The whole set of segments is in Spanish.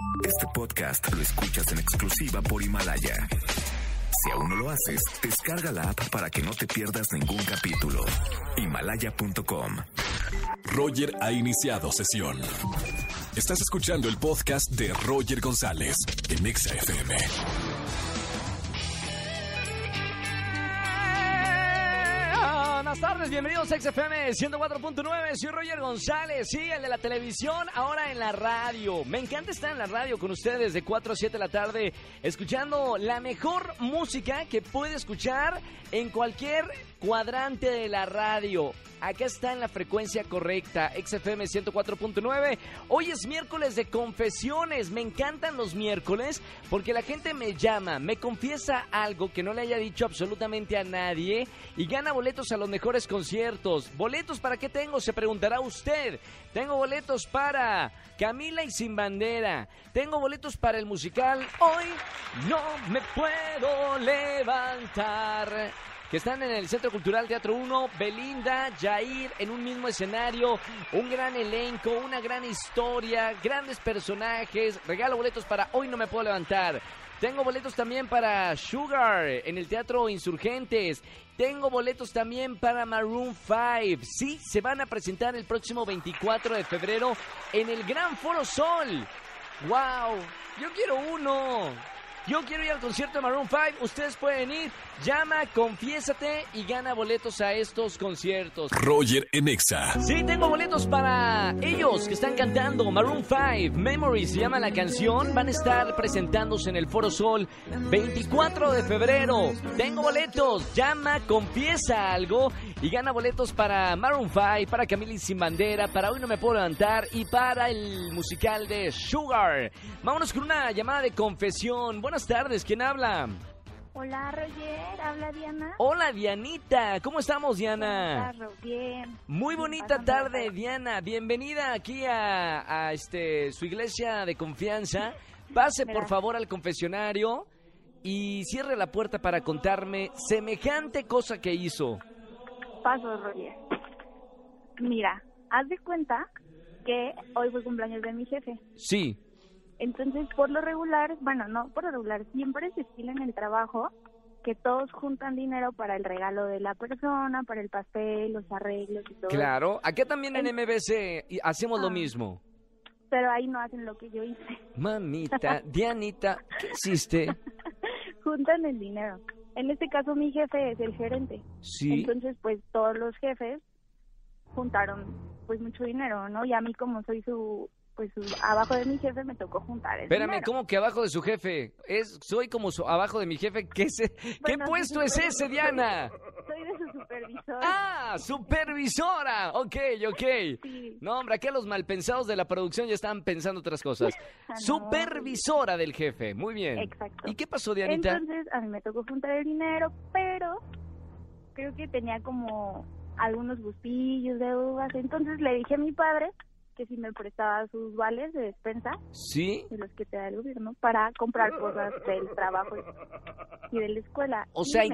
Este podcast lo escuchas en exclusiva por Himalaya. Si aún no lo haces, descarga la app para que no te pierdas ningún capítulo. Himalaya.com. Roger ha iniciado sesión. Estás escuchando el podcast de Roger González en Exa FM. Buenas tardes, bienvenidos a XFM 104.9, soy Roger González, sí, el de la televisión, ahora en la radio. Me encanta estar en la radio con ustedes de 4 a 7 de la tarde, escuchando la mejor música que puede escuchar en cualquier cuadrante de la radio. Acá está en la frecuencia correcta, XFM 104.9. Hoy es miércoles de confesiones. Me encantan los miércoles porque la gente me llama, me confiesa algo que no le haya dicho absolutamente a nadie y gana boletos a los mejores conciertos. ¿Boletos para qué tengo? Se preguntará usted. Tengo boletos para Camila y Sin Bandera. Tengo boletos para el musical Hoy No Me Puedo Levantar, que están en el Centro Cultural Teatro 1, Belinda, Yair, en un mismo escenario, un gran elenco, una gran historia, grandes personajes. Regalo boletos para Hoy No Me Puedo Levantar. Tengo boletos también para Sugar en el Teatro Insurgentes. Tengo boletos también para Maroon 5. Sí, se van a presentar el próximo 24 de febrero en el Gran Foro Sol. ¡Wow! Yo quiero uno. Yo quiero ir al concierto de Maroon 5, ustedes pueden ir, llama, confiésate y gana boletos a estos conciertos. Roger en Exa. Sí, tengo boletos para ellos que están cantando, Maroon 5, Memories se llama la canción, van a estar presentándose en el Foro Sol 24 de febrero. Tengo boletos, llama, confiesa algo y gana boletos para Maroon 5, para Camila y Sin Bandera, para Hoy No Me Puedo Levantar y para el musical de Sugar. Vámonos con una llamada de confesión. Buenas tardes, ¿quién habla? Hola, Roger, habla Diana. Hola, Dianita, ¿cómo estamos, Diana? Hola, bien. Muy bonita tarde, Diana. Bienvenida aquí a su iglesia de confianza. Pase, por favor, al confesionario y cierre la puerta para contarme semejante cosa que hizo. Paso, Roger. Mira, haz de cuenta que hoy fue cumpleaños de mi jefe. Sí. Entonces, por lo regular, bueno, no por lo regular, siempre se estila en el trabajo que todos juntan dinero para el regalo de la persona, para el pastel, los arreglos y todo. Claro, acá también en MBC hacemos lo mismo. Pero ahí no hacen lo que yo hice. Mamita, Dianita, ¿qué hiciste? Juntan el dinero. En este caso, mi jefe es el gerente. Sí. Entonces, pues, todos los jefes juntaron, pues, mucho dinero, ¿no? Y a mí, como soy abajo de mi jefe me tocó juntar el Espérame, dinero. ¿cómo que abajo de su jefe? Soy como abajo de mi jefe. ¿Qué puesto es ese, Diana? Soy de su supervisor. ¡Ah! ¡Supervisora! Ok. Sí. No, hombre, aquí los malpensados de la producción ya estaban pensando otras cosas. No. Supervisora del jefe, muy bien. Exacto. ¿Y qué pasó, Dianita? Entonces, a mí me tocó juntar el dinero, pero creo que tenía como algunos gustillos de uvas. Entonces le dije a mi padre que si me prestaba sus vales de despensa, ¿Sí? de los que te da el gobierno, para comprar cosas del trabajo y de la escuela. O sea,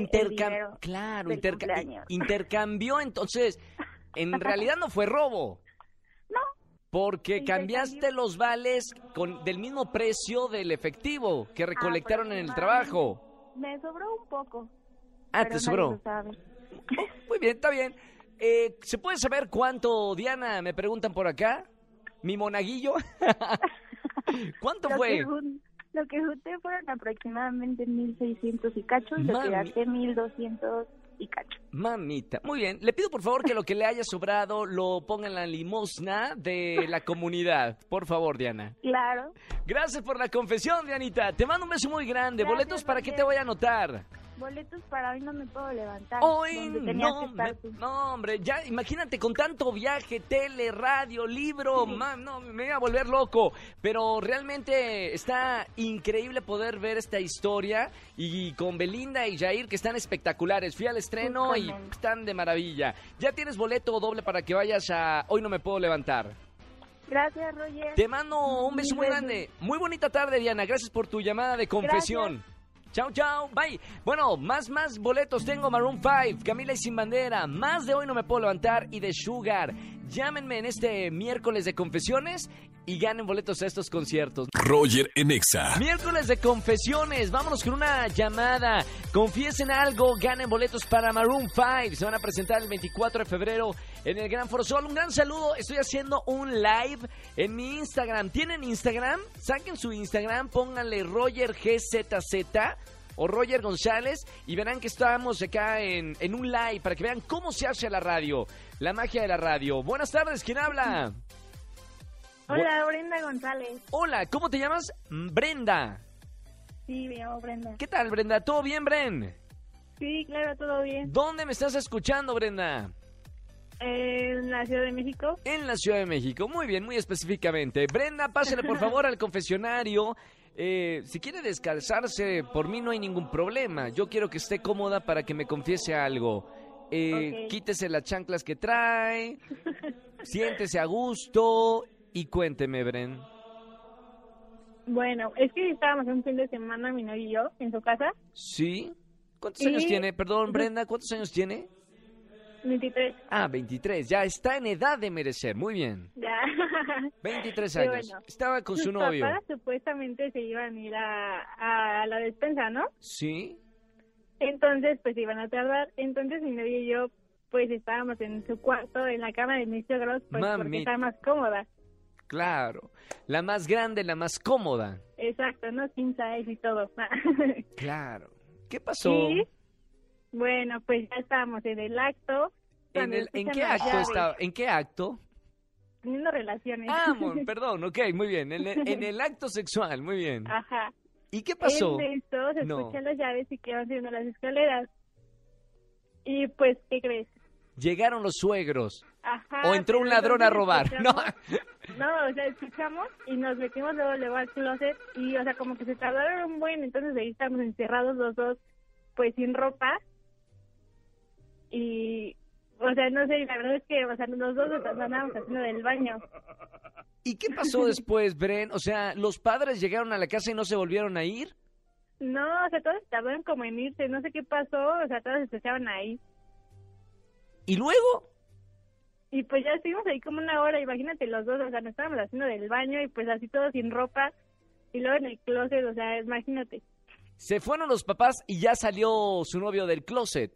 intercambió, entonces, en realidad no fue robo. No. Porque cambiaste los vales del mismo precio del efectivo que recolectaron en el trabajo. Me sobró un poco. ¿Te sobró? Muy bien, está bien. ¿Se puede saber cuánto, Diana? Me preguntan por acá. ¿Mi monaguillo? ¿Cuánto fue? Lo que junté fueron aproximadamente 1,600 y cacho, y lo que gasté 1,200 y cacho. Mamita, muy bien. Le pido por favor que lo que le haya sobrado lo ponga en la limosna de la comunidad. Por favor, Diana. Claro. Gracias por la confesión, Dianita. Te mando un beso muy grande. Gracias, ¿boletos para qué Roger. te voy a anotar? Boletos para Hoy No Me Puedo Levantar. Hoy no, hombre, ya imagínate con tanto viaje, tele, radio, libro, me iba a volver loco, pero realmente está increíble poder ver esta historia y con Belinda y Yair que están espectaculares. Fui al estreno y están de maravilla. Ya tienes boleto doble para que vayas a Hoy No Me Puedo Levantar. Gracias, Roger. Te mando un beso muy grande. Muy bonita tarde, Diana. Gracias por tu llamada de confesión. Gracias. Chao, chao, bye. Bueno, más boletos tengo. Maroon 5, Camila y Sin Bandera, más de Hoy No Me Puedo Levantar y de Sugar. Llámenme en este miércoles de confesiones y ganen boletos a estos conciertos. Roger en Exa. Miércoles de confesiones, vámonos con una llamada. Confiesen algo, ganen boletos para Maroon 5. Se van a presentar el 24 de febrero en el Gran Foro Sol. Un gran saludo, estoy haciendo un live en mi Instagram. ¿Tienen Instagram? Saquen su Instagram, pónganle Roger GZZ o Roger González y verán que estamos acá en un live para que vean cómo se hace la radio, la magia de la radio. Buenas tardes, ¿quién habla? Hola, Brenda González. Hola, ¿cómo te llamas? Brenda. Sí, me llamo Brenda. ¿Qué tal, Brenda? ¿Todo bien, Bren? Sí, claro, todo bien. ¿Dónde me estás escuchando, Brenda? En la Ciudad de México. En la Ciudad de México. Muy bien, muy específicamente. Brenda, pásale por favor al confesionario. Si quiere descalzarse, por mí no hay ningún problema. Yo quiero que esté cómoda para que me confiese algo. Ok. Quítese las chanclas que trae, siéntese a gusto y cuénteme, Bren. Bueno, es que estábamos un fin de semana, mi novio y yo, en su casa. ¿Sí? ¿Cuántos Sí. años tiene? Perdón, Brenda, ¿cuántos años tiene? 23. Ah, 23. Ya está en edad de merecer. Muy bien. Ya. 23 Sí, años. bueno. Estaba con su Sus novio. papás supuestamente se iban a ir a la despensa, ¿no? ¿Sí? Entonces, pues iban a tardar. Entonces, mi novio y yo, pues estábamos en su cuarto, en la cama de mis suegros, pues porque Mami. estaba más cómoda. Claro. La más grande, la más cómoda. Exacto, ¿no? 15 y todo. Claro. ¿Qué pasó? Y, bueno, pues ya estábamos en el acto. cuando ¿En escuchan qué las acto llaves, estaba? ¿En qué acto? Teniendo relaciones. Ah, perdón, ok, muy bien. En el acto sexual, muy bien. Ajá. ¿Y qué pasó? En eso se No. escuchan las llaves y que van subiendo las escaleras. Y pues, ¿qué crees? Llegaron los suegros. Ajá. ¿O entró un pero ladrón a entonces robar? No. No, o sea, escuchamos y nos metimos luego al closet y, o sea, como que se tardaron un buen, entonces ahí estamos encerrados los dos, pues, sin ropa. Y, o sea, no sé, la verdad es que, o sea, los dos nos andábamos haciendo del baño. ¿Y qué pasó después, Bren? O sea, ¿los padres llegaron a la casa y no se volvieron a ir? No, o sea, todos tardaron como en irse, no sé qué pasó, o sea, todos se echaban ahí. ¿Y luego? Y pues ya estuvimos ahí como una hora, imagínate los dos, o sea, nos estábamos haciendo del baño y pues así todos sin ropa y luego en el closet, o sea, imagínate. Se fueron los papás y ya salió su novio del closet.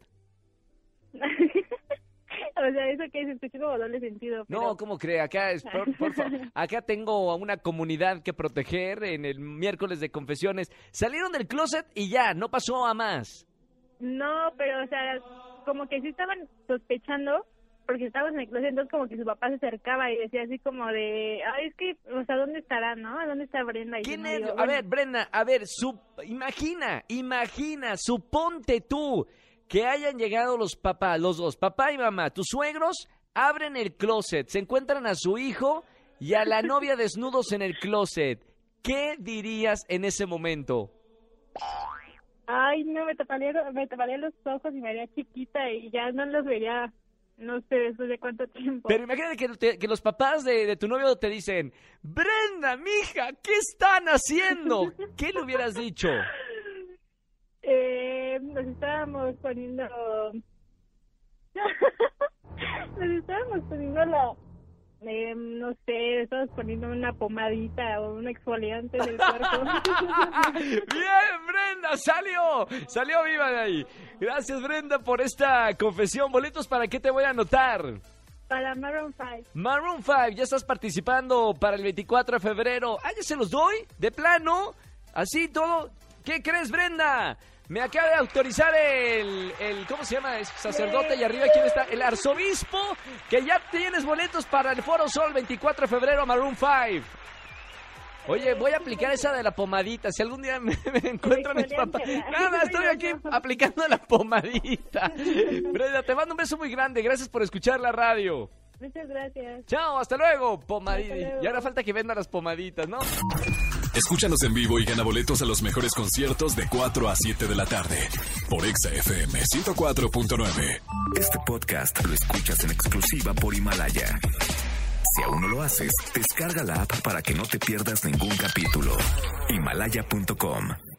O sea, eso que se escuchó como doble sentido. Pero... No, ¿cómo cree? Acá es, por favor, acá tengo a una comunidad que proteger en el miércoles de confesiones. Salieron del closet y ya, no pasó a más. No, pero, o sea, como que sí estaban sospechando, porque estábamos en el closet, entonces como que su papá se acercaba y decía así como de, ay, es que, o sea, ¿dónde estará, no? ¿Dónde está Brenda? Y ¿Qué yo me nervio? digo, A bueno, ver, Brenda, a ver, imagina, suponte tú que hayan llegado los papás, los dos, papá y mamá, tus suegros, abren el closet, se encuentran a su hijo y a la novia desnudos en el closet. ¿Qué dirías en ese momento? ay, no, me taparía los ojos y me haría chiquita y ya no los vería, no sé, después de cuánto tiempo. Pero imagínate que los papás de tu novio te dicen, Brenda, mija, ¿qué están haciendo? ¿Qué le hubieras dicho? Nos estábamos poniendo... no sé, estábamos poniendo una pomadita o un exfoliante del cuerpo. Bien, Brenda, salió viva de ahí. Gracias, Brenda, por esta confesión. Boletos, ¿para qué te voy a anotar? Para Maroon 5. Maroon 5, ya estás participando para el 24 de febrero. Ah, ya se los doy, de plano, así todo. ¿Qué crees, Brenda? Me acaba de autorizar el ¿cómo se llama? Es sacerdote y arriba, ¿quién está? El arzobispo, que ya tienes boletos para el Foro Sol 24 de febrero, Maroon 5. Oye, voy a aplicar esa de la pomadita. Si algún día me encuentran mis papás. Nada, estoy aquí aplicando la pomadita. Brenda, te mando un beso muy grande. Gracias por escuchar la radio. Muchas gracias. Chao, hasta luego, pomadita. Hasta luego. Y ahora falta que vendan las pomaditas, ¿no? Escúchanos en vivo y gana boletos a los mejores conciertos de 4 a 7 de la tarde por Exa FM 104.9. Este podcast lo escuchas en exclusiva por Himalaya. Si aún no lo haces, descarga la app para que no te pierdas ningún capítulo. Himalaya.com